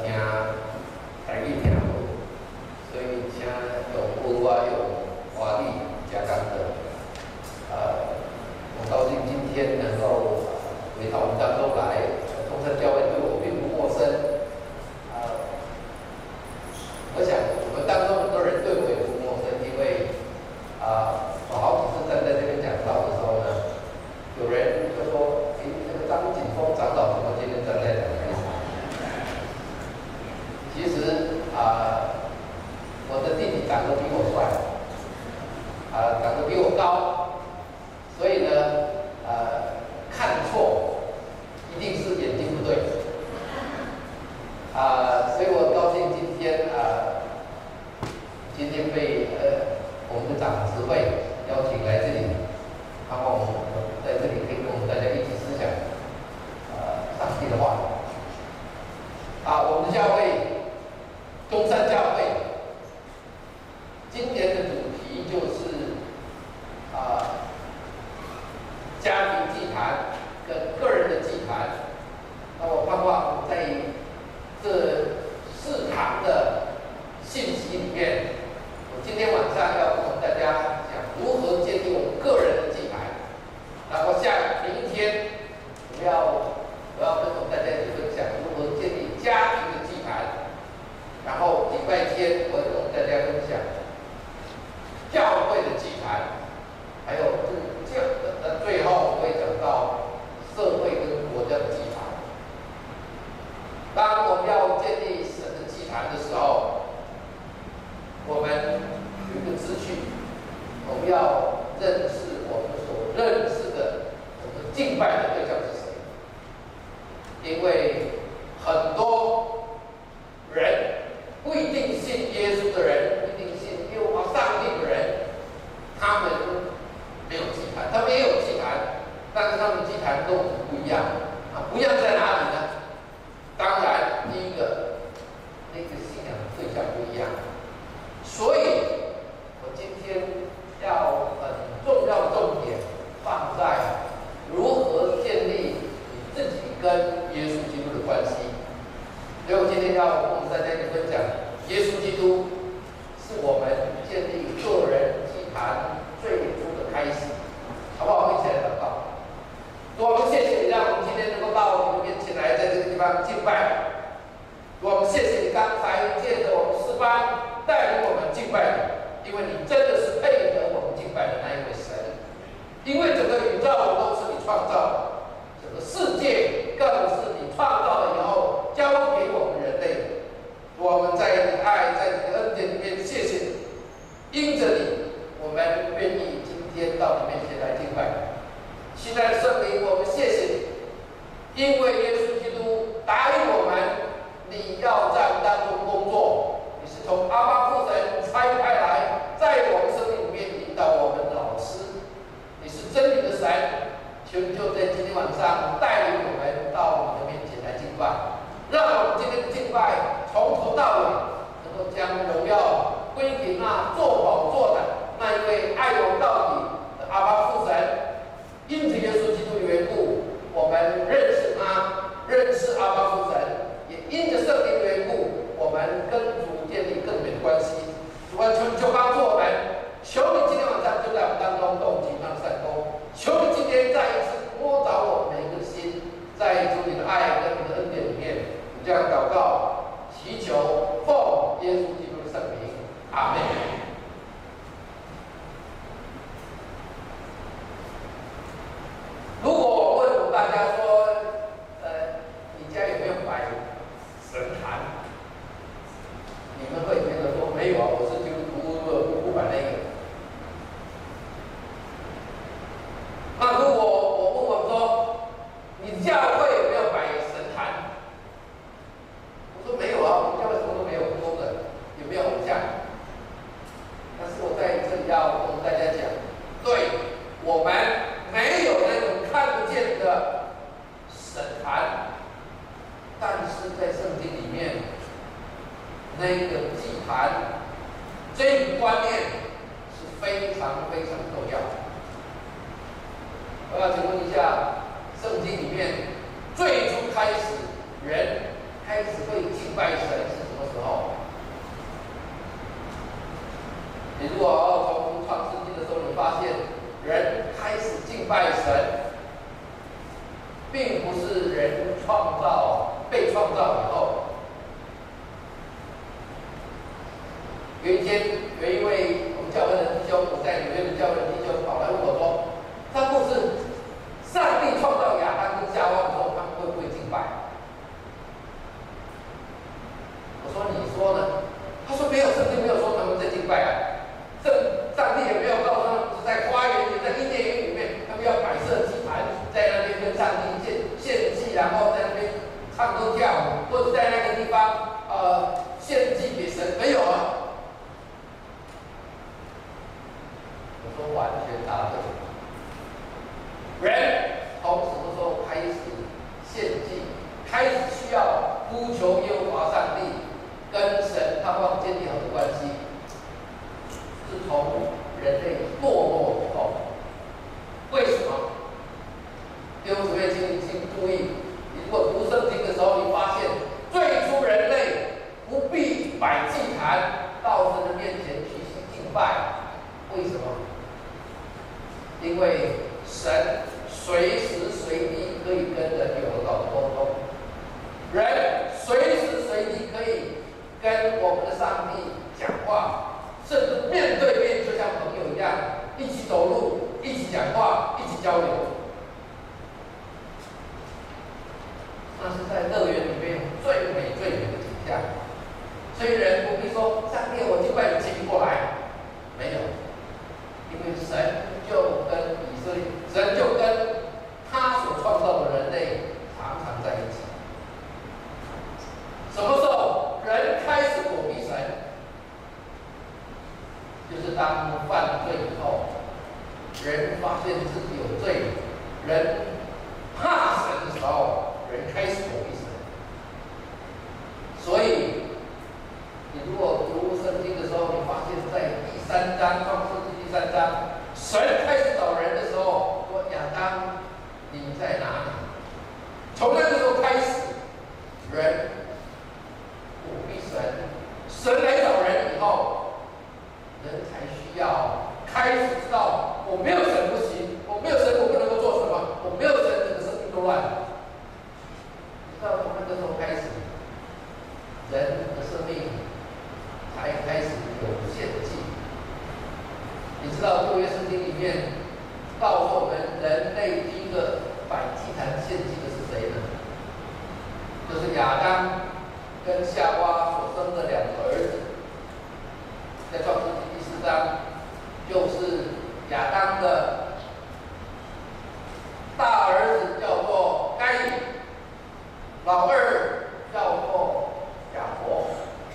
听台语听无，所以请用文化用华语加甘的。很高兴今天能够回到我们当中来。中山教会对我并不陌生，我想我们当中很多人对我也不陌生，因为我好几次站在这边讲道的时候呢，有人就说：“那个张景峰长老怎么今天站在讲台上？”其实我的弟弟长得比我帅，长得比我高，所以呢，看错一定是眼睛不对。所以我高兴今天被我们的长执会邀请来这里，盼望我们在这里可以跟我们大家一起思想上帝的话。我们的教会中山教会今年的主题就是家庭祭坛跟个人的祭坛。那我盼望在这4堂的信息里面，我今天晚上要跟大家讲如何建立我们个人的祭坛。然后明天我要跟大家一起分享如何建立家庭的祭坛。然后礼拜天我会跟大家分享教会的祭坛，还有最后我会讲到社会跟国家的祭坛。当我们要建立神的祭坛的时候，我们有一个秩序，我们要认识我们所认识的我们敬拜的对象是谁。因为很多人不一定信耶稣的人，不一定信耶和华上帝的人，他们没有祭坛，他们也有祭坛，但是他们祭坛跟我们不一样。不一样在哪里呢？当然，第一个，那个信仰的对象不一样。所以，我今天要很重要的重点放在如何建立你自己跟耶稣基督的关系。所以我今天要跟我们大家一起分享，耶稣基督是我们建立个人祭坛最初的开始，好不好？我们一起来祷告。主，我们谢谢你，让我们今天能够到你的面前来，在这个地方敬拜。主，我们谢谢你刚才借着我们诗班带领我们敬拜你，因为你真的是配得我们敬拜的那一位神。因为整个宇宙都是你创造的，整个世界更是你创造了以后交给我们人类的。我们在你的爱，在你的恩典里面，谢谢你，因着你，我们愿意今天到你面前来敬拜。亲爱的圣灵，我们谢谢你，因为耶稣基督答应我们，你要在我们当中工作，你是从阿爸父神差派来，在我们生命里面引导我们的老师，你是真理的神，求你就在今天晚上带领我们到你的面前来敬拜，让我们今天的敬拜从头到尾能够将荣耀归给那做宝座的那一位爱我们到底的阿爸父神。因着耶稣基督的缘故，我们认识他，认识阿爸父神，也因着圣灵的缘故，我们跟主建立更美的关系。主啊，求你就帮助我们，求你今天晚上就在我们当中动极大的善功，求你今天再一次摸着我们每一个心，在主你的爱跟你的恩典里面，我们这样祷告，祈求奉耶稣基督的圣名，阿门。如果我问大家说，你家有没有摆神坛？你们会觉得说没有啊，我是基督徒，不摆那个。那如果我问我说，你教会有没有摆神坛？我说没有啊，我们教会什么都没有，空的，也没有偶像。但是我在这里要跟大家讲，对我们没有那种看不见的神坛，但是在圣经里面，那个祭坛这个观念是非常非常重要的。我要请问一下，圣经里面最初开始人开始会敬拜神是什么时候？你如果要从创世纪的时候，你发现人开始敬拜神，并不是人被创造以后。有一天，有一位我们教会的弟兄，我在纽约的教会的弟兄跑来问我说：“他不是上帝创造亚当跟夏娃的时候，他们会不会敬拜？”我说：“你说呢？”他说：“没有，圣经没有说他们在敬拜啊。上帝也没有告诉他们在花园里、在伊甸园里面，他们要摆设祭坛，在那边跟上帝献祭，然后在那边唱歌跳舞，或者在那个地方献祭给神，没有啊。”我说完全答对。人从什么时候开始献祭，开始需要呼求耶和华上帝，跟神盼望建立好的关系，是从人类堕落以后。为什么？弟兄姊妹，请注意，你如果读圣经的时候，你发现最初人类不必摆祭坛到神的面前去敬拜，为什么？因为神随时随地可以跟人有很好的沟通，人随时随地可以跟我们的上帝讲话，甚至面对面，就像朋友一样，一起走路，一起讲话，一起交流。那是在乐园里面最美最美的景象。所以人不必说上帝，我敬拜你，请你过来，没有，因为神就跟以色列，神就跟他所创造的人类常常在一起。什么时候人开始躲避神？就是当犯罪以后，人发现自己有罪，人怕神的时候，人开始躲避神。所以，你如果读圣经的时候，你发现在第3章，创世纪第3章，神开始找人的时候，说：“亚当，你在哪里？”从那个时候开始，人躲避神，神来找人以后，人才需要开始知道，我没有神不行，我没有神我不能够做什么，我没有神整个生命都乱。直到从那个时候开始，人的生命才开始有献祭。你知道旧约圣经里面告诉我们，人类第一个摆祭坛献祭的是谁呢？就是亚当跟夏娃所生的2个儿子。在创世纪第4章，就是亚当的大儿子叫做该隐，老二叫做亚伯。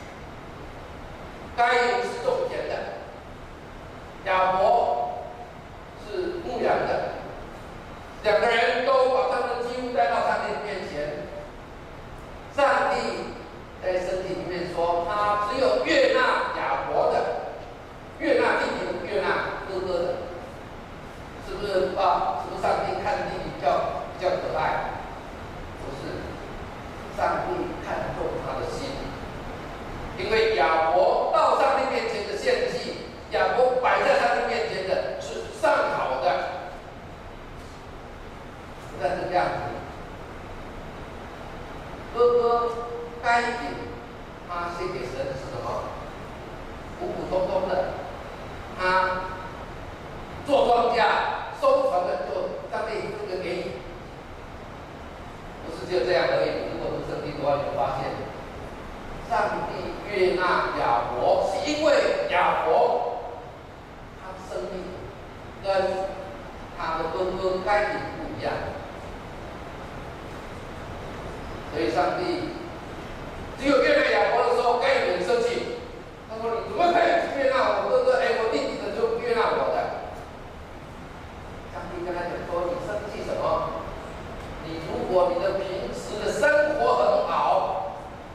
该隐是种田的，亚伯是牧羊的，2个人都把他们的祭物带到上帝面前。上帝在圣经里面说，他只有悦纳亚伯的，悦纳弟弟的，悦纳哥哥的，是不是啊？是不是上帝看弟弟比较可爱？不是，上帝看重他的心，因为亚伯到上帝面前的献祭，亚伯摆在上帝面前的是上好的，不但是这样子，哥哥该隐他献给神是什么？普普通通的，他做庄稼收成的就上帝这个给你，不是只有这样而已。如果读圣经的话，你会发现，上帝悦纳亚伯，是因为亚伯他生命跟他的哥哥该隐不一样，所以上帝只有悦纳亚伯的时候，该隐很生气。他说：“你怎么可以悦纳我哥哥？我弟弟的就悦纳我的。”上帝跟他讲说：“你生气什么？你如果你的平时的生活很好，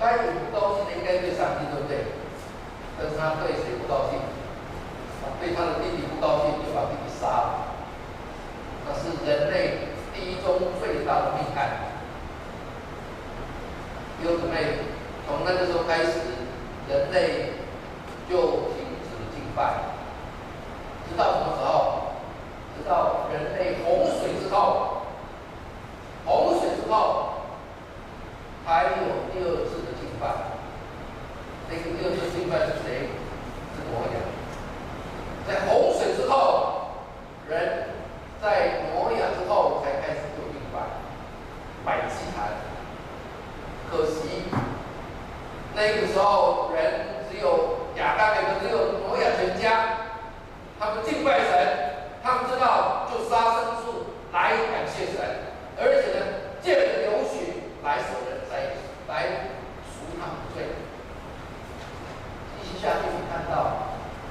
该有不高兴的应该对上帝，对不对？但是他对谁不高兴？对他的弟弟不高兴，就把弟弟杀了。那是人类第一宗最大的命案。弟兄姊妹，从那个时候开始，人类就停止敬拜，直到什么时候？直到人类洪水之后，洪水之后还有第二次的敬拜。那个第二次敬拜是谁？是挪亚。在洪水之后，人在挪亚之后才开始做敬拜，摆祭坛。可惜那个时候人只有亚当只有挪亚全家，他们敬拜神，他们知道就杀牲畜来感谢神，而且呢，借着流血来受人灾，来赎他们的罪。继续下去，你看到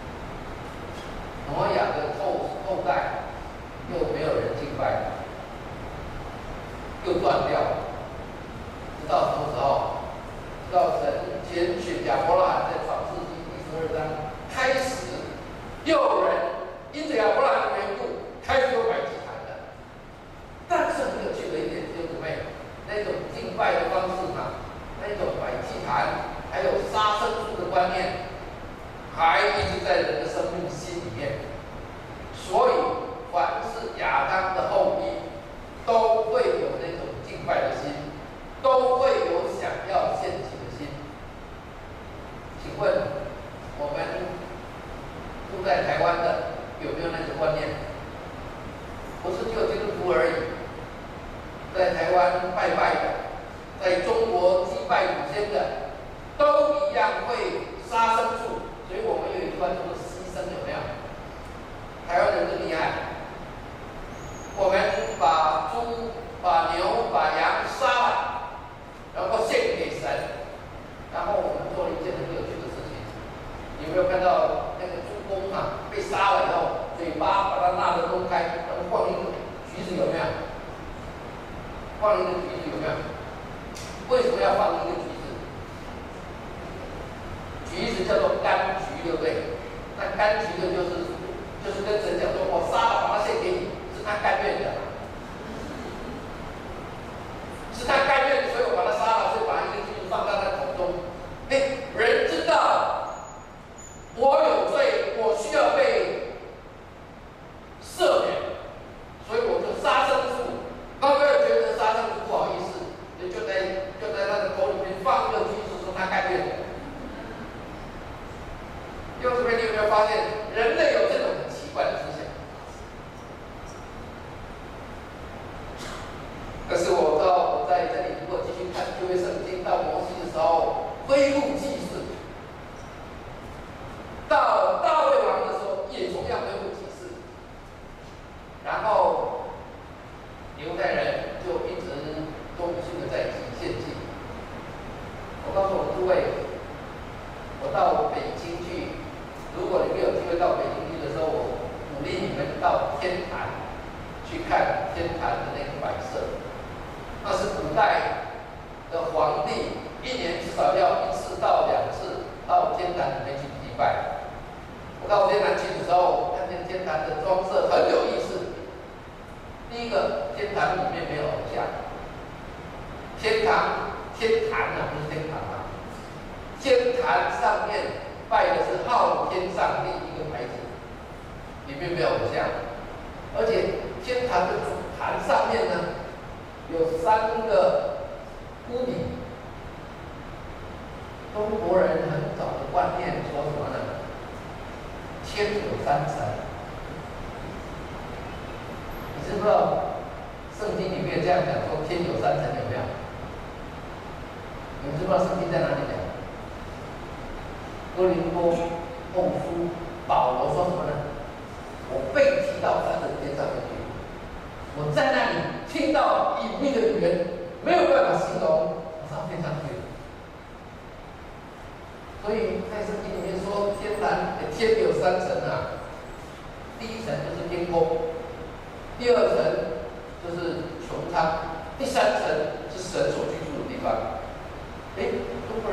挪亚的后代又没有人敬拜，又断掉了。直到什么时候？直到神拣选亚伯拉罕在创世纪第12章开始，又有人因着亚伯拉罕的缘故开始有摆祭坛的。但是很有趣的一点，弟兄姊妹，那种敬拜的方式嘛，那种摆祭坛，还有杀牲畜的观念，还一直在人的生命心里面。所以，凡是亚当的后裔，都会有那种敬拜的心，都会有想要献祭的心。请问，我们住在台湾的有没有那个观念？不是只有基督徒而已，在台湾拜拜的，在中国祭拜祖先的，都一样会杀牲畜。所以我们有一段叫做牺牲，有没有？台湾人更厉害，我们把猪、把牛、把羊杀了，然后献给神。然后我们做了一件很有趣的事情，有没有看到那个猪公啊被杀了以后，嘴巴把它纳得公开，然后放一个橘子，有没有？放一个橘子有没有？为什么要放一个橘子？橘子叫做柑橘，对不对？那柑橘的就是跟神讲说，我杀了把它献给你，是他甘愿的，是他甘愿，所以我把它杀了，所以把一个橘子放在他口中。人知道我有罪，我需要被赦免，所以我就杀牲畜。他没有觉得杀牲畜不好意思，就在他的口里面放一个橘子，说他甘愿的。弟兄姊妹，你有没有发现人类有这种很奇怪的思想？可是我在这里，如果继续看旧约圣经到摩西的时候，恢复祭祀；到大卫王的时候，也同样恢复祭祀。然后犹太人就一直忠心的在献祭。我告诉我诸位，我到北京去。如果你们有机会到北京去的时候，我鼓励你们到天坛去看天坛的那个摆设。那是古代的皇帝一年至少要1次到2次到天坛里面去祭拜。我到天坛去的时候，看见天坛的装饰很有意思。第一个，天坛里面没有偶像。天坛啊，不是天堂啊，天坛上面拜的是昊天上帝一个牌子，里面没有偶像，而且天坛的主坛上面呢有3个屋顶。中国人很早的观念说什么呢？天有3层。你知不知道圣经里面这样讲说天有3层，有没有？你们知不知道圣经在哪里讲？哥林多后书保罗说什么呢？我被提到3层天上面去，我在那里听到隐秘的语言，没有办法形容，我上天上去了。所以在圣经里面说天有3层啊，第1层就是天空，第2层就是穹苍，第3层是神所居住的地方。中国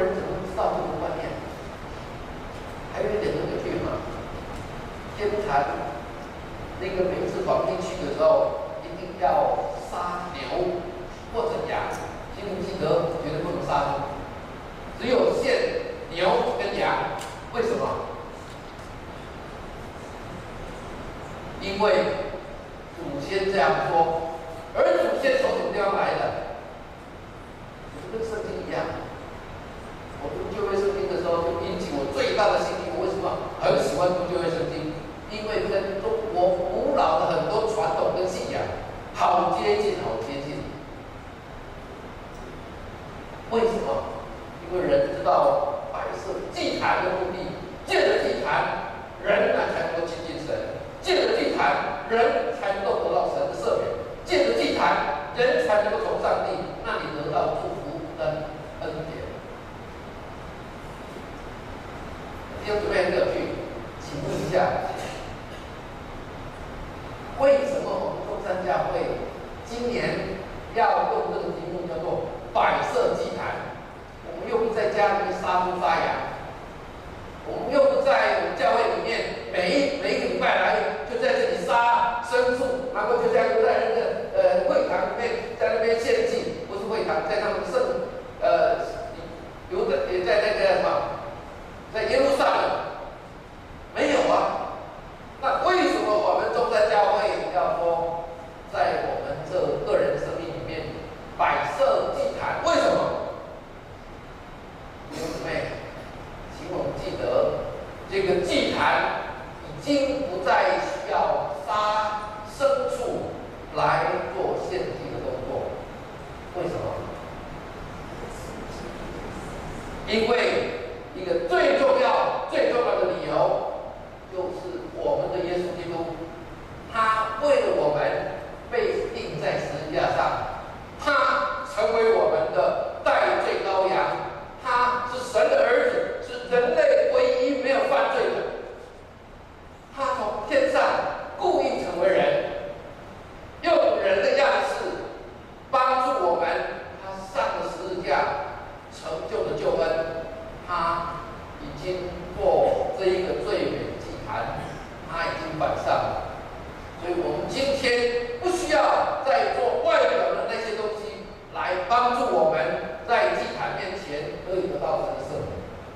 坛那个每一次皇帝去的时候，一定要杀牛或者羊，记不记得？绝对不能杀猪，只有献牛跟羊。为什么？因为祖先这样说，而祖先从什么地方来的？就跟圣经一样。我读旧约圣经的时候，就引起我最大的兴趣。我为什么很喜欢读旧约圣经？因为跟中国古老的很多传统跟信仰好接近，好接近。为什么？因为人知道摆设祭坛的目的，借着祭坛，人才能够亲近神；借着祭坛，人才能够得到神的赦免；借着祭坛，人才能够从上帝那里得到祝福跟恩典。弟兄姊妹很有趣，请问一下，为什么我们中山教会今年要用这个题目叫做摆设祭坛？我们又不在家里面杀猪杀羊，我们又不在我们教会里面每一个礼拜来就在这里杀牲畜，然后就在那个会堂里面在那边献祭，不是会堂，在他们有的也在那个什么，在耶路撒冷没有啊？那为什么我们中山教会要说在我们这个人生命里面摆设祭坛？为什么？弟兄姊妹，请我们记得，这个祭坛已经不再需要杀牲畜来做献祭的动作。为什么？因为一个最重要的理由，就是我们的耶稣基督，他为了我们被钉在十字架上，他成为我们的代罪羔羊，他是神的儿子，是人类唯一没有犯罪的。他从天上故意成为人，用人的样式帮助我们。他上了十字架，成就了救恩。他已经做这一个最美的祭坛，他已经摆上了。所以我们今天不需要再做外表的那些东西来帮助我们在祭坛面前可以得到神的赦免。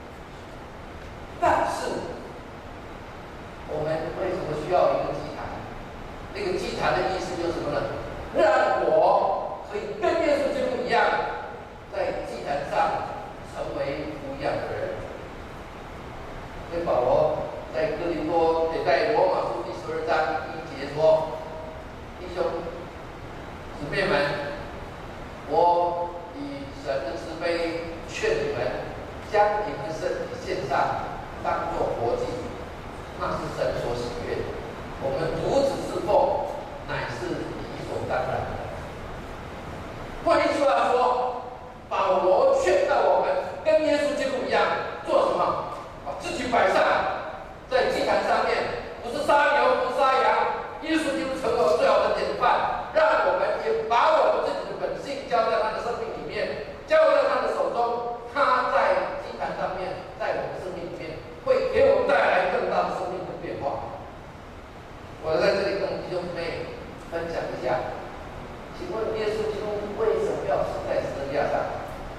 但是，我们为什么需要一个祭坛？那个祭坛的意思就是什么呢？让我可以跟耶稣基督一样，在祭坛上成为不一样的人。所以保罗在哥林多，也在罗马书第12章1节说：“弟兄姊妹们，我以神的慈悲劝你们，将你们的身体献上，当作活祭，那是神所喜悦的。我们如此侍奉，乃是理所当然的。”换一句话说，保罗劝告我们跟耶稣基督一样，做什么？把自己摆上在祭坛上面，不是杀牛，不是杀羊。耶稣基督成为我最好的典范，让我们也把我们自己的本性交在他的生命里面，交在他的手中。他在祭坛上面，在我们生命里面，会给我们带来更大的生命的变化。我在这里跟弟兄姊妹分享一下，请问耶稣基督为什么要死在十字架上？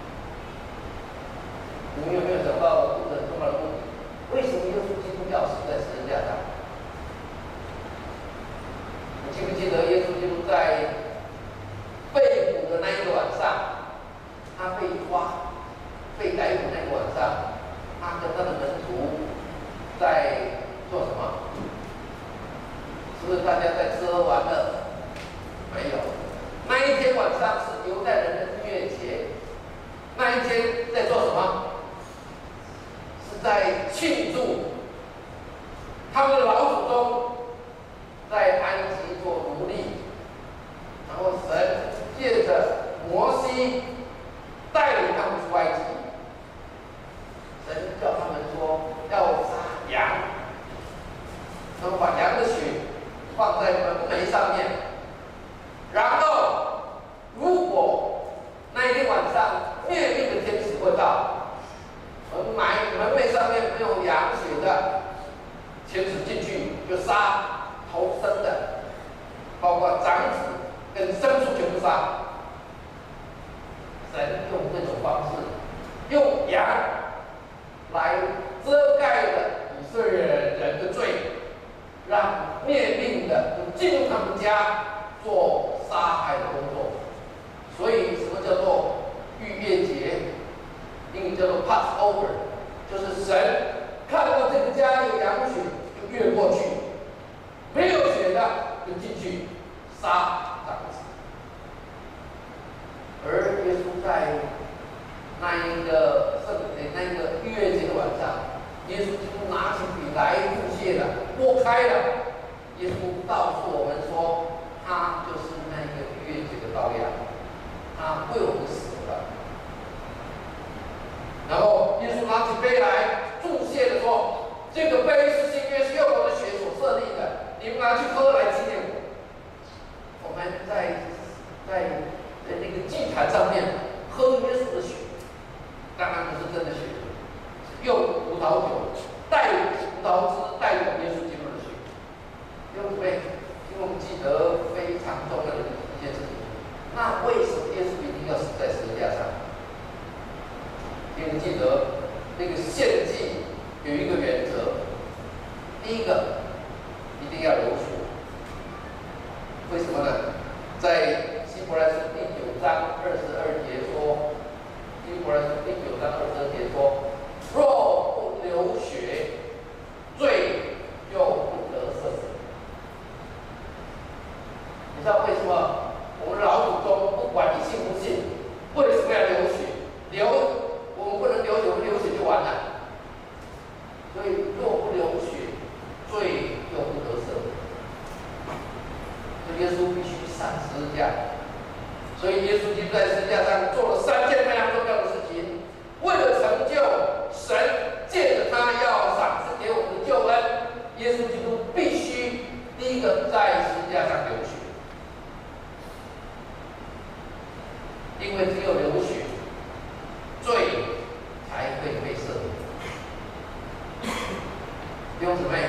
你们有没有想到这个很重要的问题？为什么耶稣基督要死在十字架上？你记不记得耶稣基督在被捕的那一个晚上，他被抓、被逮捕那个晚上，他跟他的门徒在做什么？是不是大家在吃喝玩乐？没有。那一天晚上是犹太人的逾越节，那一天在做什么？是在庆祝他们的老祖宗在埃及做奴隶，然后神借着摩西带领他们出埃及。神叫他们说要杀羊，他们把羊的血放在门楣上面，然后如果那一天晚上灭命的天使会到，门楣上面没有羊血的，天使进去就杀头生的，包括长子跟牲畜全部杀。神用这种方式，用羊来遮盖了以色列人的罪，让灭命的进入他们家做杀害的工作。所以，什么叫做逾越节？英语叫做 Passover， 就是神看到这个家有羊血就越过去，没有血的就进去杀长子。而耶稣在那一个逾越节的晚上，耶稣基督拿起笔来注谢了，拨开了。耶稣告诉我们说，他就是那个逾越节的羔羊，他为我们死了。然后耶稣拿起杯来注谢的说：“这个杯是新约，是用我的血所设立的，你们拿去喝来纪念我。”我们在那个祭坛上面喝耶稣的血，当然不是真的血，是用葡萄酒代葡萄汁代表耶稣基督的血。弟兄姊妹，请我们记得非常重要的一件事情。那为什么耶稣一定要死在十字架上？请你记得，那个献祭有一个原则，第一个一定要流血。为什么呢？在希伯来书第9章22节说，希伯来书第9章22节说，若不流血，罪就不得赦免。你知道为什么我们老祖宗不管你信不信，为什么要流血？我们不能流血，我们流血就完了。所以若不流血，罪就不得赦免。所以耶稣必须上十字架。所以耶稣基督在十字架上做了3件非常重要的事情，为了成就神借着他要赏赐给我们的救恩，耶稣基督必须第一个在十字架上流血，因为只有流血，罪才会被赦免。弟兄姊妹，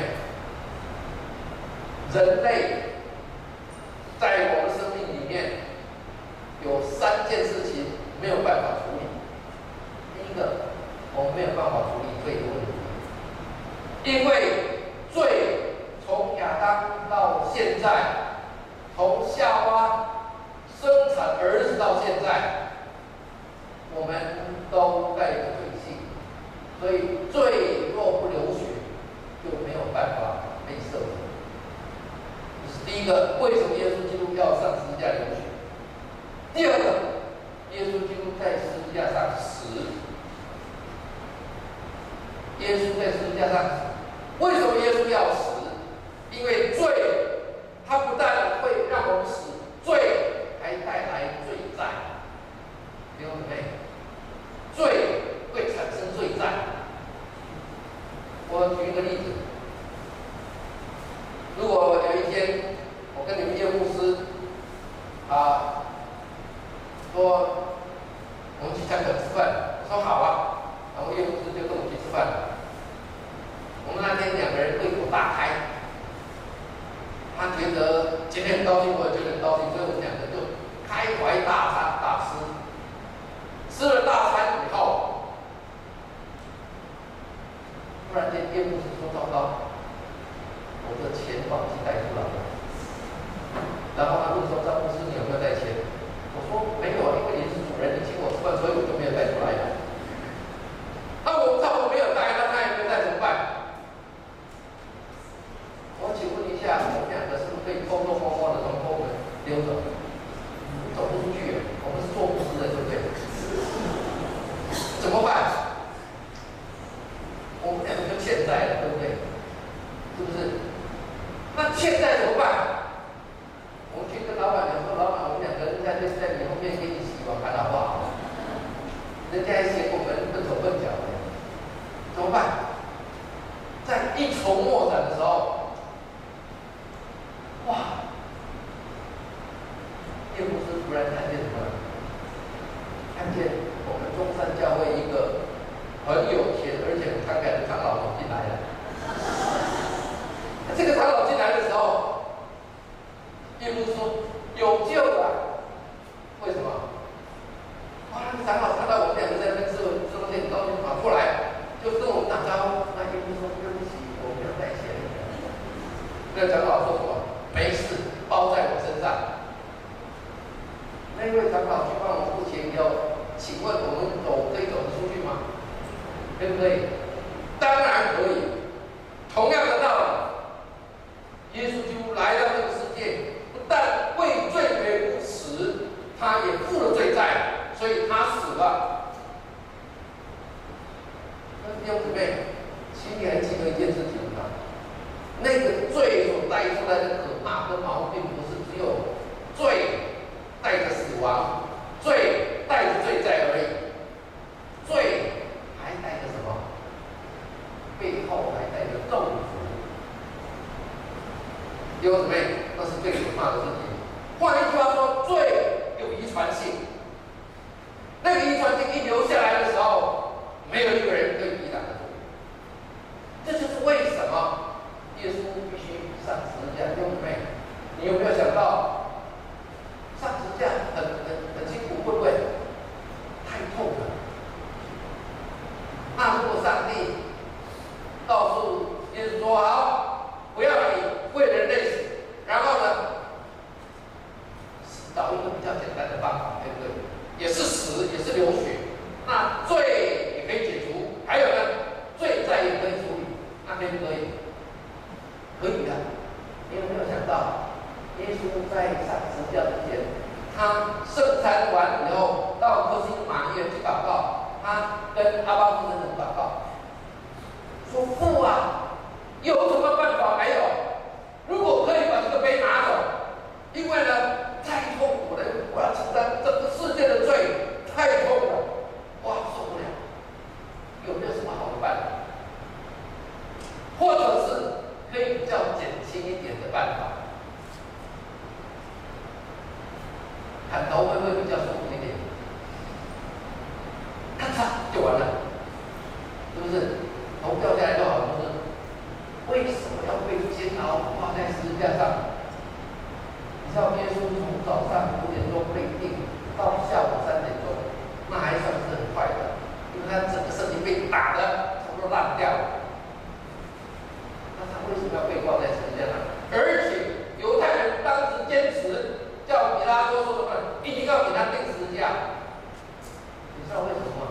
人类在我们生命里面有3件事情没有办法处理。第一个，我们没有办法处理罪的问题，因为罪从亚当到现在，从夏娃生产儿子到现在，我们都带着罪性，所以罪若不流血，就没有办法被赦免。这是第一个，为什么耶稣基督要上十字架流血？第二个，耶稣基督在十字架上死。耶稣在十字架上死，为什么耶稣要死？因为罪，它不但会让我们死，罪还带来罪债。弟兄姊妹，罪会产生罪债。我举一个例子，如果有一天我跟你们叶牧师说我们去香港吃饭，我说好啊，然后叶牧师就跟我去吃饭。我们那天2个人胃口大开，他觉得今天很高兴，我也觉得很高兴，所以我们2个就开怀大餐大吃。吃了大餐以后，突然间叶牧师说：“糟糕，我的钱忘记带出来了。”然后他问说：“张牧师，你有没有带钱？”我说：“没有啊，因为你是主人，你请我吃饭，所以我就没有带出来呀。”我没有带，那他也没有带怎么办？我请问一下，我们2个是不是可以偷偷摸摸的从后门溜走？走不出去，我们是做牧师的，对不对？怎么办？我们2个就欠债了，对不对？是不是？那欠债怎么办？我们去跟老板讲说：“老板，我们2个人在你后面给你洗碗盘好不好？”人家还嫌我们笨手笨脚的，怎么办？在一筹莫展的时候，哇！叶牧师突然看见什么？看见我们中山教会一个很有钱而且很慷慨的长老走进来了。这个长老进个长老说什么？没事，包在我身上。那位长老去帮我们付钱以后，请问我们可以走得出去吗？对不对？当然可以。同样的道理，耶稣基督来到这个世界，不但为罪赔不死，他也付了罪债，所以他死了。那弟兄姊妹，请你还记得一件事情吗？那个罪所带出来的可怕跟毛病，不是只有罪带着死亡，罪带着罪债而已，罪还带着什么？背后还带着咒诅。弟兄姊妹，那是最可怕的事情。换一句话说，罪有遗传性，那个遗传性一留下来的时候，没有一个人可以抵挡得住。这就是为什么耶稣必须上十字架。弟兄姊妹，你有没有想到，上十字架很辛苦，会不会太痛了？那如果上帝告诉耶稣说：“好，不要你为人类死，然后呢，找一个比较简单的办法，对不对？也是死，也是流血，那罪也可以解除，还有呢，罪债也可以处理，那可不可以？可以的。你有没有想到，耶稣在上十字架之前，他圣餐完以后，到客西马尼园去祷告，他跟阿爸父神祷告，说：“父啊，有什么办法没有？如果可以把这个杯拿走，因为呢太痛苦了，我要承担这个世界的罪，太痛了，哇，受不了。有没有什么好的办法？或者是可以比较减轻一点的办法？砍头会不会比较舒服一点？咔嚓就完了，是不是？头掉下来就好了，不是？为什么要被煎熬挂在十字架上？你知道耶稣从早上5点钟被定到下午3点钟，那还算是很快的，因为他整个身体被打得差不多烂掉了。那他为什么要被挂在十字架上？而且犹太人当时坚持叫彼拉多说什么，一定要给他钉十字架。你知道为什么吗？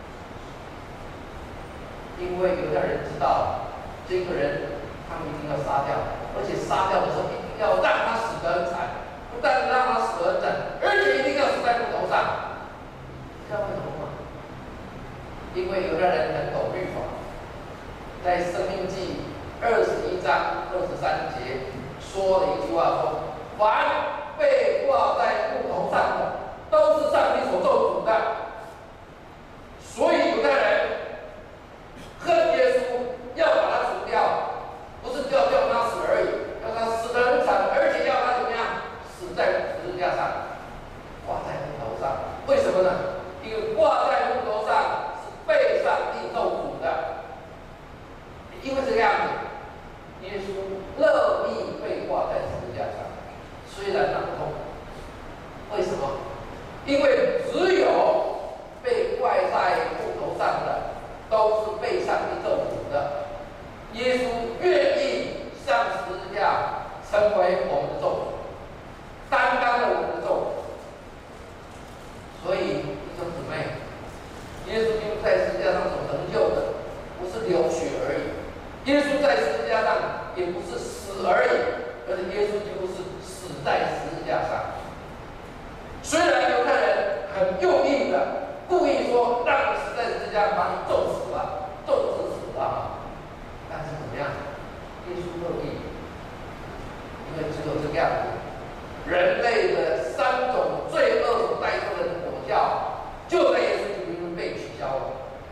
因为犹太人知道这个人他们一定要杀掉，而且杀掉的时候一定要让他死得很惨，不但让他死得很惨，而且一定要死在木头上。你知道为什么吗？因为犹太人很懂律法，在《申命记》21章23节说了一句话说：“凡被挂在木头上的，都是上帝所咒诅的。”所以犹太人恨耶稣，要把他除掉，不是叫他死而已，要他死得很惨，而且要他怎么样？死在十字架上，挂在木头上。为什么呢？因为挂在木头上是被上帝咒诅的。因为这个样子，耶稣乐意被挂在十字架上，虽然那不痛。为什么？因为只有被挂在木头上的，都是被上帝咒诅的。耶稣愿意上十字架，成为我们的咒诅，担当了我们的咒诅。所以弟兄姊妹，耶稣基督在十字架上所成就的，不是流血而已。耶稣在十字架上也不是死而已，而是耶稣基督是死在十字架上。虽然犹太人很用意的故意说让你死在十字架，把你咒死了，咒死了，但是怎么样？耶稣乐意，因为只有这个样子，人类的3种罪恶所带出的果效，就在耶稣基督被取消了。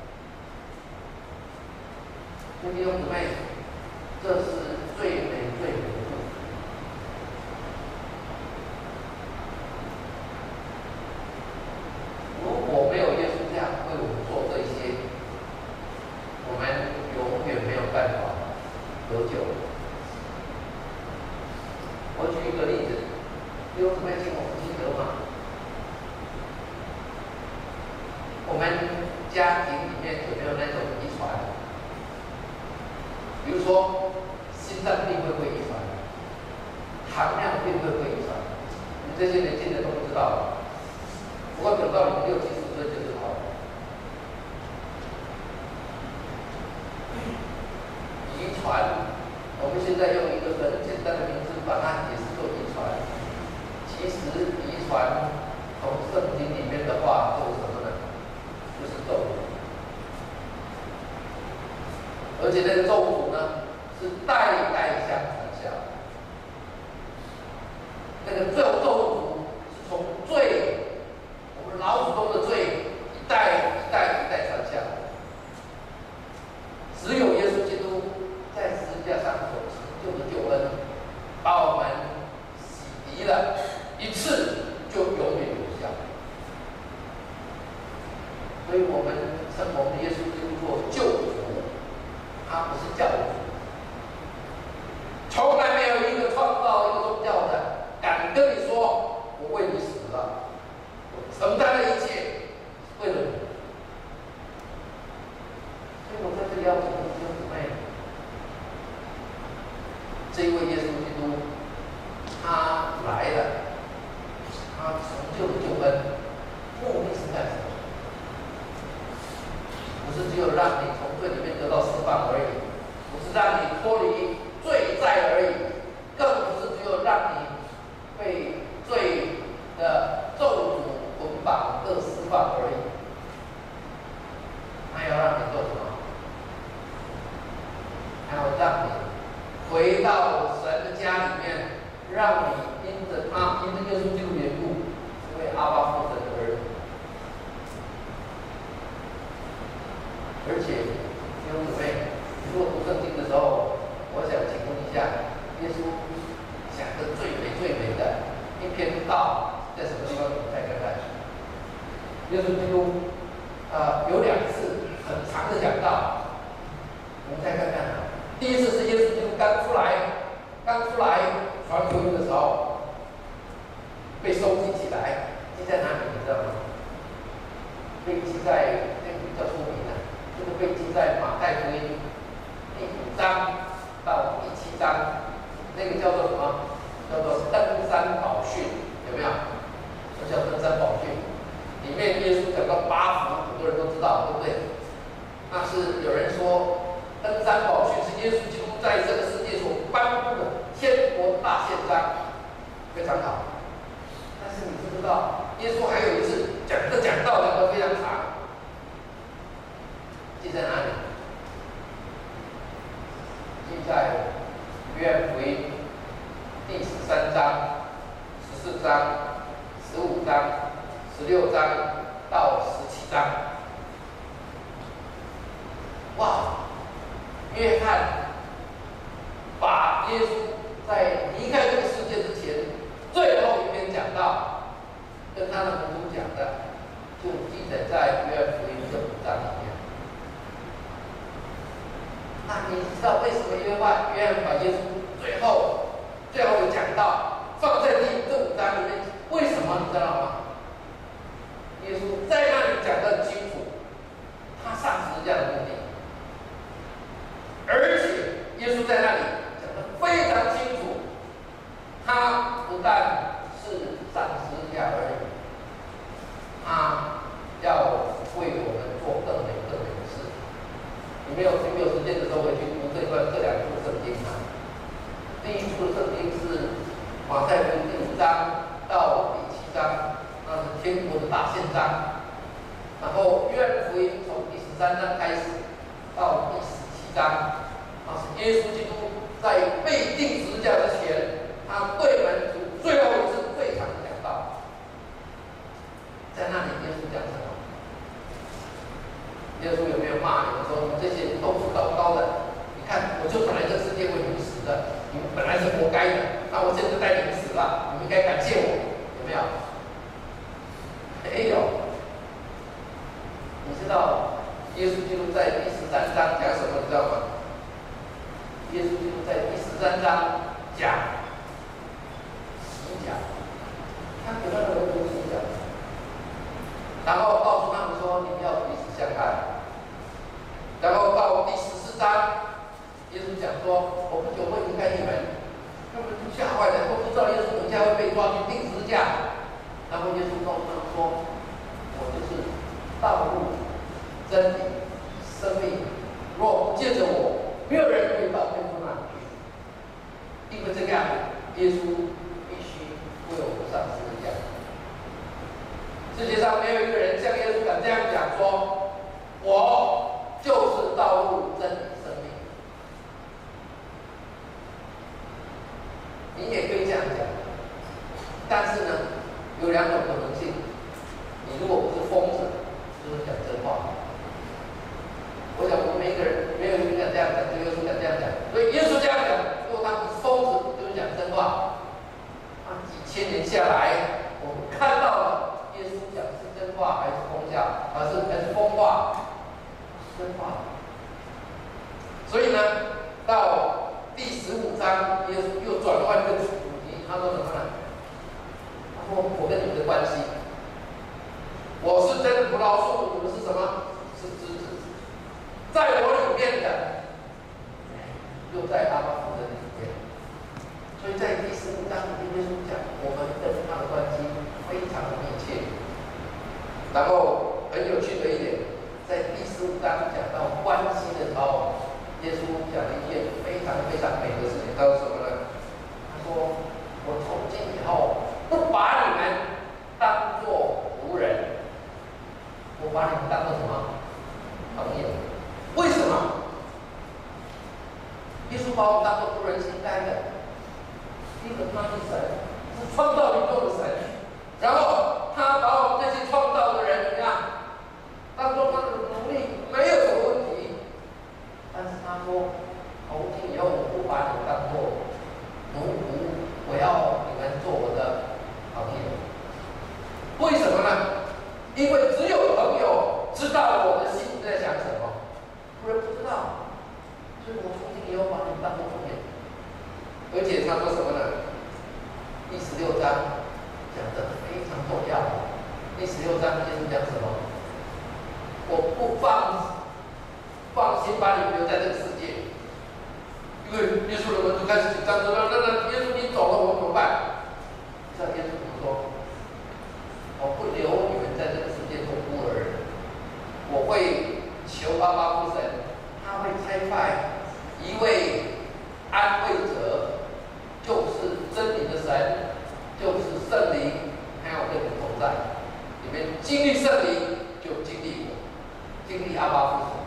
弟兄姊妹，这是最美最美的祝福。如果没有耶稣这样为我们做这些，我们永远没有办法得救。我举一个例子，弟兄姊妹，请我们记得吗？我们家庭里面有没有那种遗传？比如说心脏病会不会遗传？ 这些年轻人都不知道，不过等到你们60、70岁就知道了。遗传，我们现在用一个很简单的名字把它解释作遗传。其实遗传从圣经里面的话就是什么呢？就是咒诅，而且那个咒诅呢是代代相传下来。那个咒诅是从我们老祖宗的罪一代传下来。只有耶稣基督在十字架上所成就的救恩，把我们洗涤了一次就永远有效。所以我们称我们的耶稣基督做救主，他不是教主。从来没有一个创造一个宗教的敢跟你说我为你死了，我承担了一切为了你。所以我在这里要请弟兄姊妹，这一位耶稣基督，他来了，他成就了救恩，目的是干什么？不是只有让你从罪里面得到释放而已，不是让你脱离罪债而已，更不是只有让你被罪的咒诅捆绑的释放而已。他要让你做什么？还要让你回到神的家里面，让你因着耶稣基督的缘故，成为阿爸父神的儿女。而且弟兄姊妹，如果读圣经的时候，我想请问一下，耶稣讲的最美的一篇道在什么地方？你再看看。耶稣基督有2次很长的讲道，我们再看看。第一次是耶稣基督刚出来传福音的时候，被收集起来，记在哪里？你知道吗？被记在那个比较出名的，就是被记在马太福音第5章到第7章，那个叫做什么？叫做登山宝训，有没有？什么叫登山宝训？里面耶稣讲到8福，很多人都知道，对不对？那是有人说。登山宝训是耶稣基督在这个世界所颁布的天国大宪章，非常好。但是你知不知道，耶稣还有一次讲道讲得非常长，记在哪里？记在约翰福音第13章、14章、15章、16章到17章。哇！约翰把耶稣在离开这个世界之前最后一篇讲道，跟他的门徒讲的，就记载在约翰福音这5章里面。那你知道为什么约翰把耶稣最后的讲道放在这5章里面？为什么你知道吗？耶稣在那里讲得很清楚，他上十字架的目的。而且耶稣在那里讲得非常清楚，他不但是上十字架而已，他要为我们做更美的事。你没有时间的时候，回去读这2处圣经啊。第一处圣经是马太福音第5章到第7章，那是天国的大宪章。然后约翰福音从第13章开始到第17章，那是耶稣基督在被钉十字架之前，他对门徒最后一次最长的讲道。在那里，耶稣讲什么？耶稣有没有骂你们说，你们这些人都是糟糕的？你看，我就是来这世界为你们死的，你们本来是活该的，那我现在带你们死了，你们应该感谢我，有没有？没有。你知道耶稣基督在第13章讲什么？你知道吗？耶稣基督在第13章讲洗脚，他给他的门徒洗脚，然后告诉他们说：“你们要彼此相爱。”然后到第14章，耶稣讲说：“我不久会离开你们。”他们吓坏了，都不知道耶稣等一下会被抓去钉十字字架，然后耶稣告诉他们说：“我就是道路、真理、生命，若不借着我，没有人可以到天父那里去。因为这样，耶稣必须为我们上十字架。世界上没有一个人像耶稣敢这样讲说：我就是道路、真理、生命。你也可以这样讲，但是呢，有两种可能性。你如果不是疯子，就是讲真话。我想我们每一个人没有一个人敢这样讲，只有耶稣敢这样讲。所以耶稣这样讲，如果他不是疯子，就是讲真话。几千年下来，我们看到了耶稣讲是真话还是疯话，还是疯话？真话。所以呢，到第15章，耶稣又转换一个主题，他说什么呢？他说：“我跟你们的关系，我是真葡萄树，你们是什么？是枝子。在我里面的，又在阿爸父的里面。所以在第15章里面，耶稣讲我们跟他的关系非常的密切。然后很有趣的一点，在第15章讲到关系的时候，耶稣讲了一件非常非常美的事情，他说什么呢？他说：“我从今以后不把你们当作仆人，我把你们当作什么？朋友。为什么？耶稣把我们当作仆人是应该的。第一个，他是神，是创造宇宙的神。然后他把我们这些创造的人怎么样，当作他的奴隶，没有什么问题。但是他说，从今以后我不把你们当作奴仆，我要你们做我的朋友。为什么呢？因为只有朋友知道我的心在想什么，仆人不知道。所以我从今以后把你们当作朋友。而且他说什么呢？第16章讲的非常重要。第16章耶稣讲什么？我不放心把你们留在这个世界，因为耶稣的门徒开始紧张说：“那耶稣你走了，我们怎么办？”知道耶稣怎么说？我不留你们在这个世界做孤儿，我会求阿爸父神，他会差派一位安慰者，就是真理的神，就是圣灵，还要跟你同在。你们经历圣灵，就经历我，经历阿爸父神。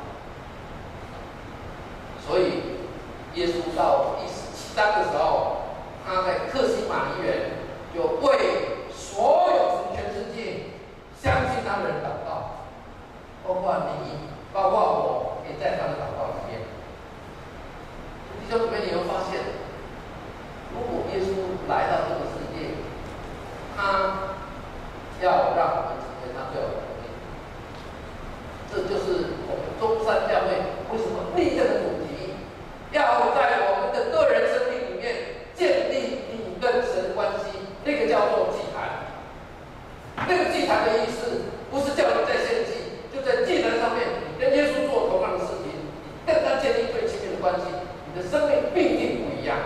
所以，耶稣到第17章的时候，他在客西马尼园就为所有全世界相信他的人祷告，包括你，包括我，也在他的祷告里面。弟兄姊妹，你会发现，如果耶稣来到这个世界，他要让我们成为他最好的朋友。这就是我们中山教会为什么立这个主题，要在我们的个人生命里面建立你跟神的关系，那个叫做祭坛。那个祭坛的意思，不是叫你在献祭，就在祭坛上面，你跟耶稣做同样的事情，你跟他建立最亲密的关系，你的生命必定不一样。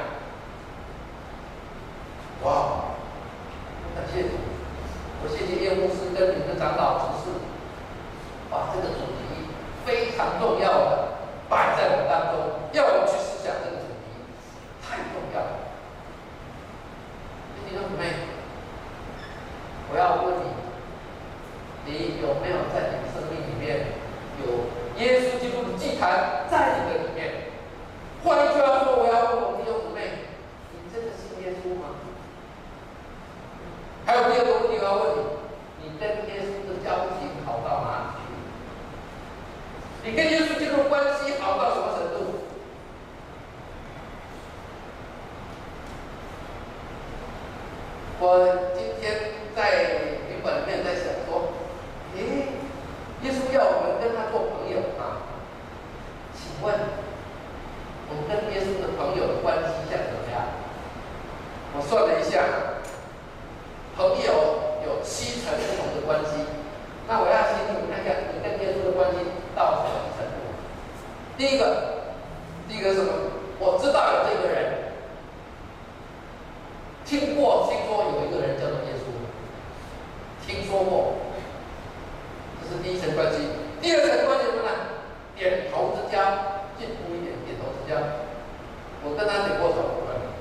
哇！感谢主，我谢谢叶牧师跟你们的长老执事，把这个主题非常重要的摆在我们当中，要我们去思想这个主题，太重要了。弟兄姊妹，我要问你，你有没有在你的生命里面有耶稣基督的祭坛在你的里面？换一句话说，我要问我弟兄姊妹，你真的信耶稣吗？还有第二个问题我要问你，你跟耶稣的交情好到哪里去？你跟耶稣基督的关系好到什么程度？我今天在笔本里面在想说，耶稣要我们跟他做朋友啊，请问我们跟耶稣的朋友的关系像怎么样？我算了一下，朋友有7层不同的关系。那我要请你们看看，你跟耶稣的关系到什么程度？第一个什么？我知道有这个人，听说有一个人叫做耶稣。 听说过，这是第一层关系。第二层关系什么呢？点头之交，近乎一点，点头之交。我跟他点过手，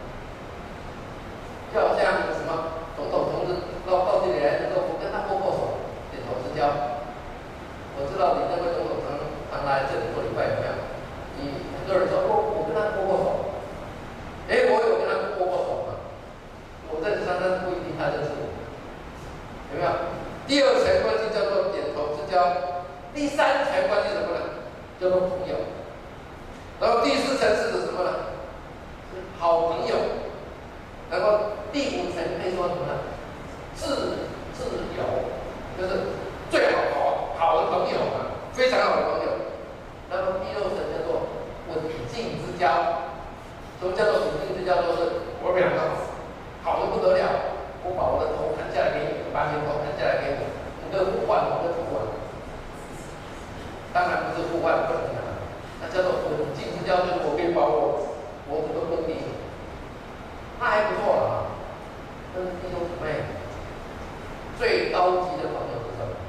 就好像什么总统同志到这里来的时候，我跟他握过手，点头之交。我知道你那位总统常来这里做礼拜有没有？你很多人说我跟他握过手，我有跟他握过手嘛？我认识他，但是不一定他认识我，有没有？第二层关系叫做点头之交，第三层关系什么呢？叫做朋友，然后第四层是指什么呢？是好朋友，然后第五层可以说什么呢？挚友，就是最好的朋友嘛，非常好的朋友。然后第六层叫做稳定之交。什么叫做稳定之交？就是我们两个好的不得了，我把我的头砍下来给你，把你的头砍下来给我，你的互换，我的互换。当然不是互换不能讲，那叫做稳定之交，就是我可以把我子都分给你，那还不错了啊。但是弟兄姊妹，最高级的朋友是什么？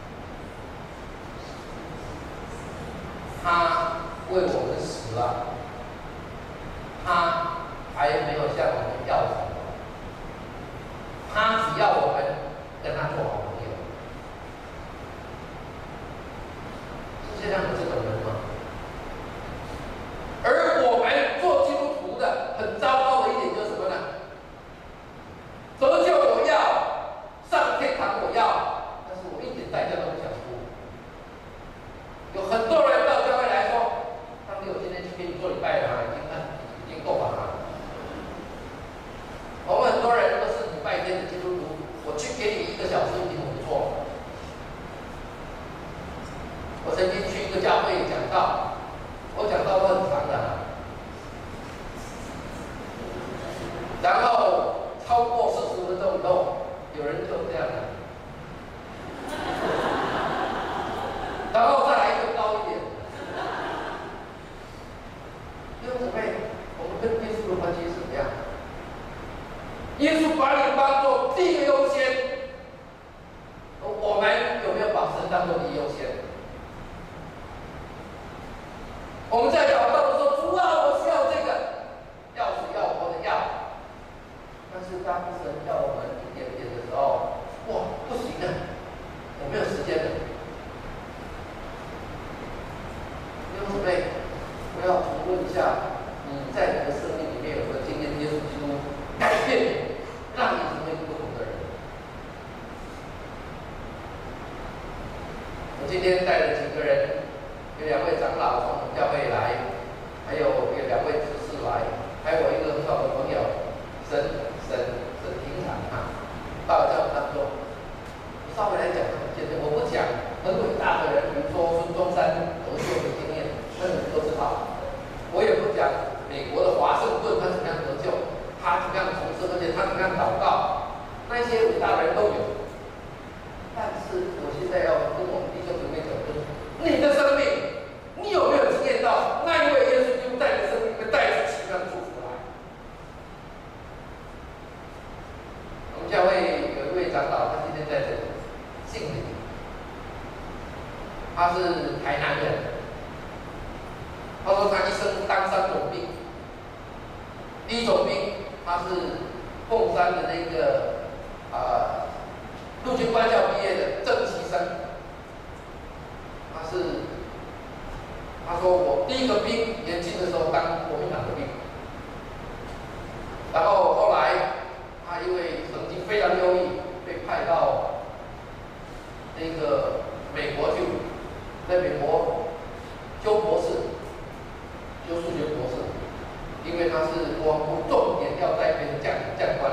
他为我们死了，他还没有向我们要什么，他只要我们跟他做好朋友。世界上有这种人吗？而我们做基督徒的很糟糕的一点就是什么呢？得救我要，上天堂我要，但是我一点代价都不想付。有很多人到教会来说，上帝，我今天去给你做礼拜了，已经够了。我们很多人都是礼拜天的基督徒，我去给你1个小时已经很不错了。我曾经去一个教会讲道，我讲道都很长的，然后超过40分钟以后，有人就这样的，然后再来一个高一点。弟兄姊妹，我们跟耶稣的关系是怎么样？耶稣把你当作第一个优先，我们有没有把神当作第一优先？我们在祷告的时候，主啊，我需要这个，要是要我的要。但是当神要我们一点点的时候，哇，不行啊，我没有时间了。弟兄姊妹，我要重问一下，你在你的生命里面有没有经验耶稣基督改变你，让你成为不同的人？我今天带了几个人。有2位长老从我们教会来，还有2位执事来，还有我一个很好的朋友沈庭长到了教会当中。稍微来讲，我不讲很伟大的人，比如说孙中山得救的经验，那你们都知道。我也不讲美国的华盛顿他怎么样得救，他怎么样从事，而且他怎么样祷告，那些伟大的人都有。但是我现在要跟我们弟兄姊妹讲的是，你的生命。你有没有经验到那一位耶稣基督在你的生命里面带着奇妙的祝福来？我们教会有一位长老，他今天在这里，姓李，他是台南人。他说他一生当3种兵，第一种兵他是凤山的那个陆军官校毕业的正期生，他说我第一个兵年轻的时候当国民党的兵，然后后来他因为成绩非常优异，被派到那个美国去，在美国修博士，修数学博士，因为他是国防部重点要栽培的将官，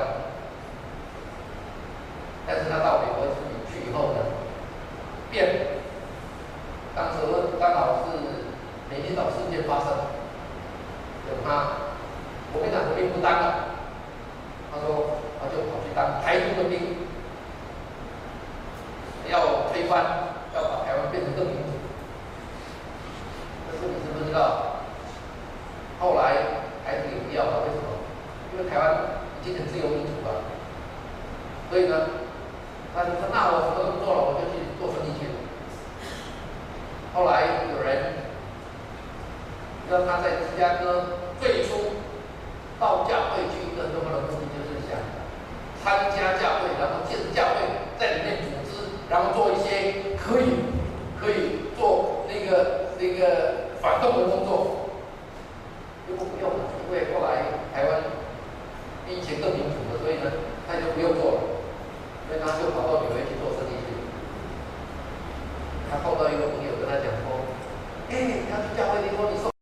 但是他到美国去以后呢，变了，当时刚好是美丽岛事件发生，有他国民党的兵不当了，他说他就跑去当台独的兵，要推翻，要把台湾变成更民主。可是你知不知道？后来台独也不要了，为什么？因为台湾已经很自由民主了。所以呢，他说那我让他在芝加哥最初到教会去一个很重要的目的，就是想参加教会，然后建设教会，在里面组织，然后做一些可以做那个反动的工作。结果不用了，因为后来台湾比以前更民主了，所以呢，他就不用做了，所以他就跑到纽约去做生意去。他碰到一个朋友跟他讲说：“哎，你要去教会，你说你受